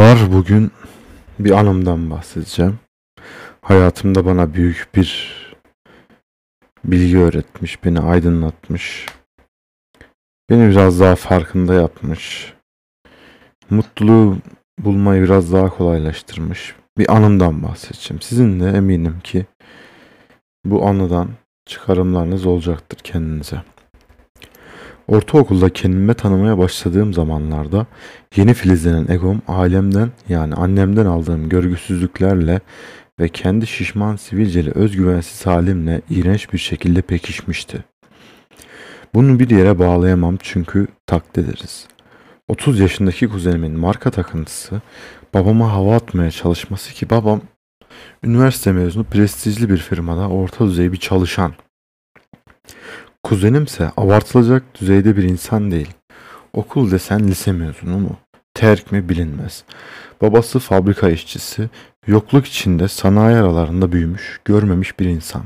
Merhabalar, bugün bir anımdan bahsedeceğim. Hayatımda bana büyük bir bilgi öğretmiş, beni aydınlatmış, beni biraz daha farkında yapmış, mutluluğu bulmayı biraz daha kolaylaştırmış bir anımdan bahsedeceğim. Sizin de eminim ki bu anıdan çıkarımlarınız olacaktır kendinize. Ortaokulda kendime tanımaya başladığım zamanlarda yeni filizlenen egom ailemden yani annemden aldığım görgüsüzlüklerle ve kendi şişman sivilceli özgüvensiz halimle iğrenç bir şekilde pekişmişti. Bunu bir yere bağlayamam çünkü taklit ederiz. 30 yaşındaki kuzenimin marka takıntısı, babama hava atmaya çalışması ki babam üniversite mezunu prestijli bir firmada orta düzey bir çalışan. Kuzenimse abartılacak düzeyde bir insan değil. Okul desen lise mezunu mu? Terk mi bilinmez. Babası fabrika işçisi, yokluk içinde sanayi aralarında büyümüş, görmemiş bir insan.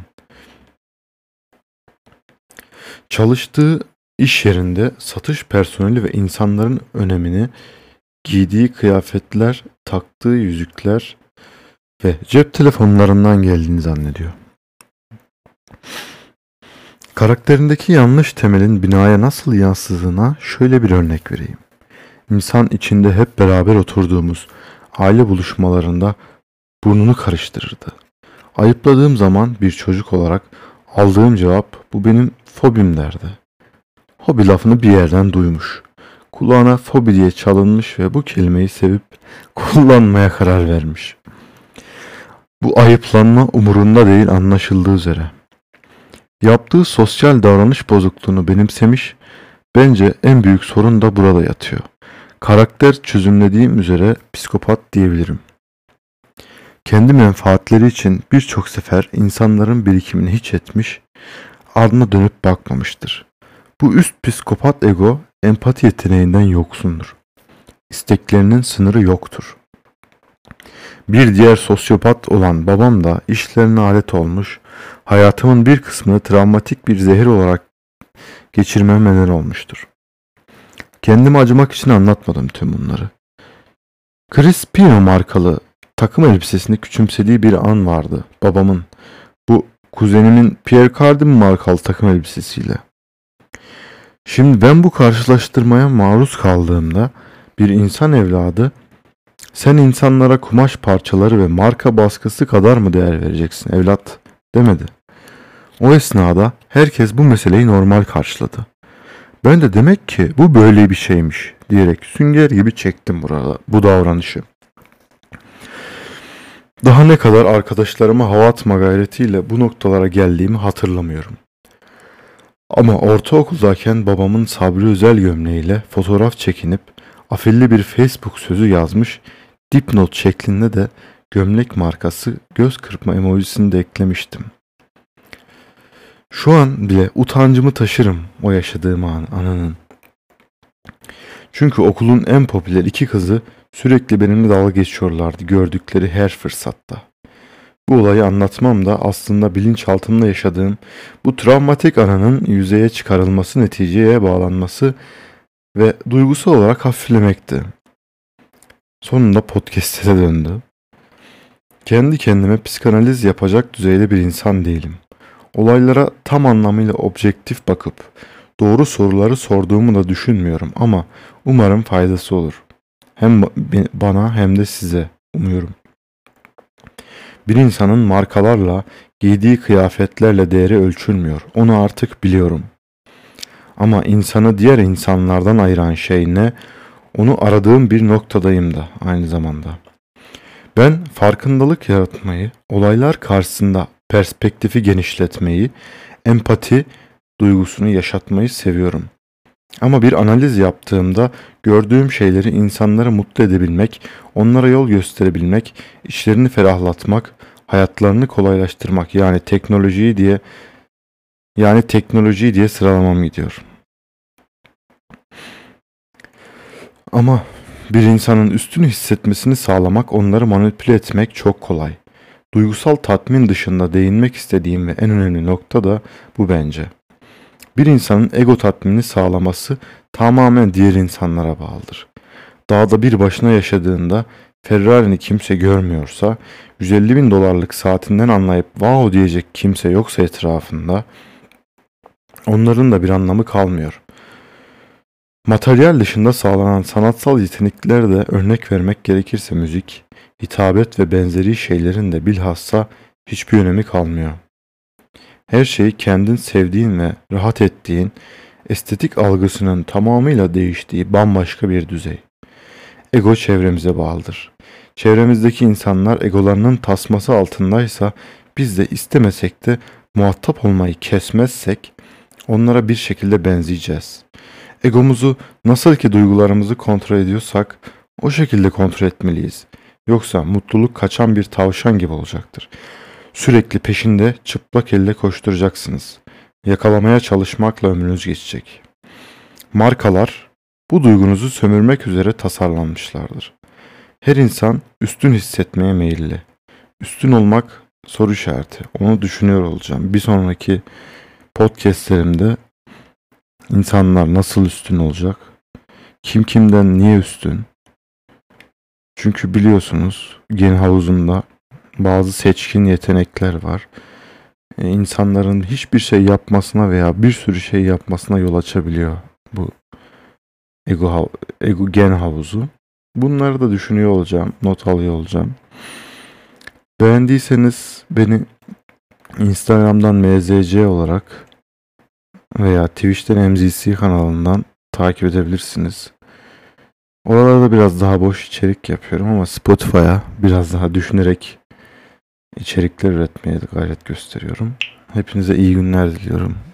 Çalıştığı iş yerinde satış personeli ve insanların önemini giydiği kıyafetler, taktığı yüzükler ve cep telefonlarından geldiğini zannediyor. Karakterindeki yanlış temelin binaya nasıl yansıdığına şöyle bir örnek vereyim. İnsan içinde hep beraber oturduğumuz aile buluşmalarında burnunu karıştırırdı. Ayıpladığım zaman bir çocuk olarak aldığım cevap bu benim fobim derdi. Hobi lafını bir yerden duymuş. Kulağına fobi diye çalınmış ve bu kelimeyi sevip kullanmaya karar vermiş. Bu ayıplanma umurunda değil anlaşıldığı üzere. Yaptığı sosyal davranış bozukluğunu benimsemiş, bence en büyük sorun da burada yatıyor. Karakter çözümlediğim üzere psikopat diyebilirim. Kendi menfaatleri için birçok sefer insanların birikimini hiç etmiş, ardına dönüp bakmamıştır. Bu üst psikopat ego empati yeteneğinden yoksundur. İsteklerinin sınırı yoktur. Bir diğer sosyopat olan babam da işlerine alet olmuş, hayatımın bir kısmını travmatik bir zehir olarak geçirmeme neden olmuştur. Kendime acımak için anlatmadım tüm bunları. Crispino markalı takım elbisesini küçümsediği bir an vardı babamın. Bu kuzenimin Pierre Cardin markalı takım elbisesiyle. Şimdi ben bu karşılaştırmaya maruz kaldığımda bir insan evladı sen insanlara kumaş parçaları ve marka baskısı kadar mı değer vereceksin evlat demedi. O esnada herkes bu meseleyi normal karşıladı. Ben de demek ki bu böyle bir şeymiş diyerek sünger gibi çektim bu davranışı. Daha ne kadar arkadaşlarıma hava atma gayretiyle bu noktalara geldiğimi hatırlamıyorum. Ama ortaokuldayken babamın Sabri Özel gömleğiyle fotoğraf çekinip afilli bir Facebook sözü yazmış, dipnot şeklinde de gömlek markası göz kırpma emojisini de eklemiştim. Şu an bile utancımı taşırım o yaşadığım anının. Çünkü okulun en popüler iki kızı sürekli benimle dalga geçiyorlardı gördükleri her fırsatta. Bu olayı anlatmam da aslında bilinçaltımda yaşadığım bu travmatik anının yüzeye çıkarılması, neticeye bağlanması ve duygusal olarak hafiflemekti. Sonunda podcast'e döndü. Kendi kendime psikanaliz yapacak düzeyde bir insan değilim. Olaylara tam anlamıyla objektif bakıp doğru soruları sorduğumu da düşünmüyorum ama umarım faydası olur. Hem bana hem de size umuyorum. Bir insanın markalarla, giydiği kıyafetlerle değeri ölçülmüyor. Onu artık biliyorum. Ama insanı diğer insanlardan ayıran şey ne? Onu aradığım bir noktadayım da aynı zamanda. Ben farkındalık yaratmayı, olaylar karşısında perspektifi genişletmeyi, empati duygusunu yaşatmayı seviyorum. Ama bir analiz yaptığımda gördüğüm şeyleri insanları mutlu edebilmek, onlara yol gösterebilmek, işlerini ferahlatmak, hayatlarını kolaylaştırmak teknolojiyi diye sıralamam gidiyor. Ama bir insanın üstünü hissetmesini sağlamak, onları manipüle etmek çok kolay. Duygusal tatmin dışında değinmek istediğim ve en önemli nokta da bu bence. Bir insanın ego tatminini sağlaması tamamen diğer insanlara bağlıdır. Dağda bir başına yaşadığında Ferrari'ni kimse görmüyorsa, 150 bin dolarlık saatinden anlayıp wow diyecek kimse yoksa etrafında, onların da bir anlamı kalmıyor. Materyal dışında sağlanan sanatsal yetenekler de, örnek vermek gerekirse müzik, hitabet ve benzeri şeylerin de bilhassa hiçbir önemi kalmıyor. Her şey kendin sevdiğin ve rahat ettiğin, estetik algısının tamamıyla değiştiği bambaşka bir düzey. Ego çevremize bağlıdır. Çevremizdeki insanlar egolarının tasması altındaysa, biz de istemesek de muhatap olmayı kesmezsek onlara bir şekilde benzeyeceğiz. Egomuzu nasıl ki duygularımızı kontrol ediyorsak o şekilde kontrol etmeliyiz. Yoksa mutluluk kaçan bir tavşan gibi olacaktır. Sürekli peşinde çıplak elle koşturacaksınız. Yakalamaya çalışmakla ömrünüz geçecek. Markalar bu duygunuzu sömürmek üzere tasarlanmışlardır. Her insan üstün hissetmeye meyilli. Üstün olmak soru işareti. Onu düşünüyor olacağım. Bir sonraki podcastlerimde insanlar nasıl üstün olacak? Kim kimden niye üstün? Çünkü biliyorsunuz gen havuzunda bazı seçkin yetenekler var. İnsanların hiçbir şey yapmasına veya bir sürü şey yapmasına yol açabiliyor bu ego gen havuzu. Bunları da düşünüyor olacağım, not alıyor olacağım. Beğendiyseniz beni Instagram'dan mzc olarak veya Twitch'ten MZC kanalından takip edebilirsiniz. Oralarda biraz daha boş içerik yapıyorum ama Spotify'a biraz daha düşünerek içerikler üretmeye de gayret gösteriyorum. Hepinize iyi günler diliyorum.